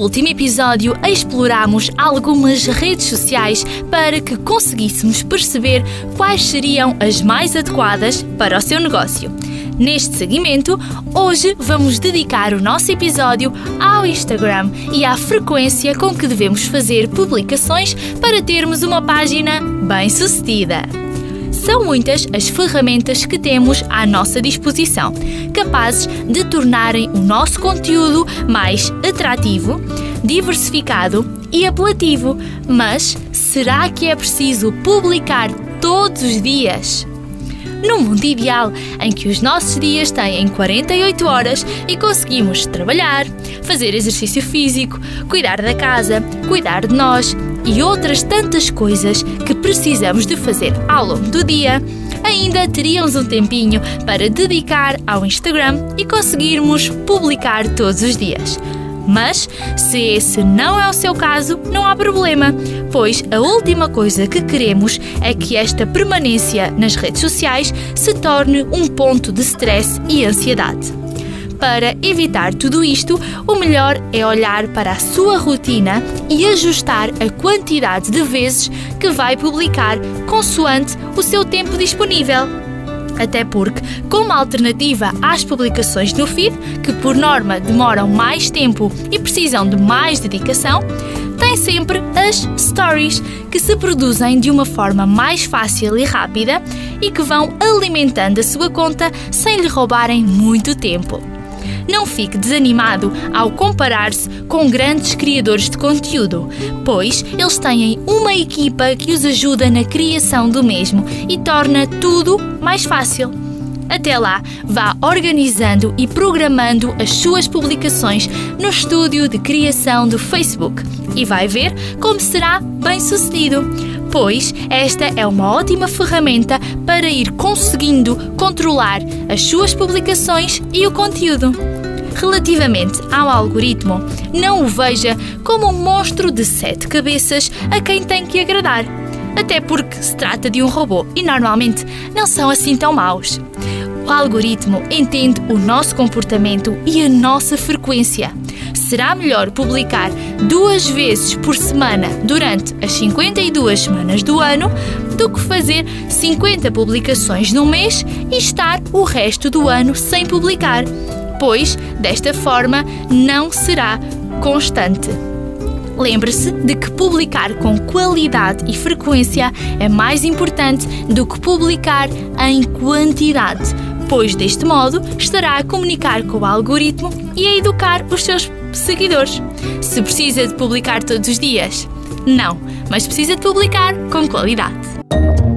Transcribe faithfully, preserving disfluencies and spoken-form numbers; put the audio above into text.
último episódio, exploramos algumas redes sociais para que conseguíssemos perceber quais seriam as mais adequadas para o seu negócio. Neste segmento, hoje vamos dedicar o nosso episódio ao Instagram e à frequência com que devemos fazer publicações para termos uma página bem-sucedida. São muitas as ferramentas que temos à nossa disposição, capazes de tornarem o nosso conteúdo mais atrativo, diversificado e apelativo. Mas será que é preciso publicar todos os dias? Num mundo ideal, em que os nossos dias têm quarenta e oito horas e conseguimos trabalhar, fazer exercício físico, cuidar da casa, cuidar de nós e outras tantas coisas que precisamos de fazer ao longo do dia, ainda teríamos um tempinho para dedicar ao Instagram e conseguirmos publicar todos os dias. Mas, se esse não é o seu caso, não há problema, pois a última coisa que queremos é que esta permanência nas redes sociais se torne um ponto de stress e ansiedade. Para evitar tudo isto, o melhor é olhar para a sua rotina e ajustar a quantidade de vezes que vai publicar consoante o seu tempo disponível. Até porque, como alternativa às publicações no feed, que por norma demoram mais tempo e precisam de mais dedicação, tem sempre as stories, que se produzem de uma forma mais fácil e rápida e que vão alimentando a sua conta sem lhe roubarem muito tempo. Não fique desanimado ao comparar-se com grandes criadores de conteúdo, pois eles têm uma equipa que os ajuda na criação do mesmo e torna tudo mais fácil. Até lá, vá organizando e programando as suas publicações no estúdio de criação do Facebook e vai ver como será bem sucedido, pois esta é uma ótima ferramenta para ir conseguindo controlar as suas publicações e o conteúdo. Relativamente ao algoritmo, não o veja como um monstro de sete cabeças a quem tem que agradar, até porque se trata de um robô e normalmente não são assim tão maus. O algoritmo entende o nosso comportamento e a nossa frequência. Será melhor publicar duas vezes por semana durante as cinquenta e duas semanas do ano do que fazer cinquenta publicações num mês e estar o resto do ano sem publicar, pois desta forma não será constante. Lembre-se de que publicar com qualidade e frequência é mais importante do que publicar em quantidade, pois deste modo estará a comunicar com o algoritmo e a educar os seus seguidores. Se precisa de publicar todos os dias? Não, mas precisa de publicar com qualidade.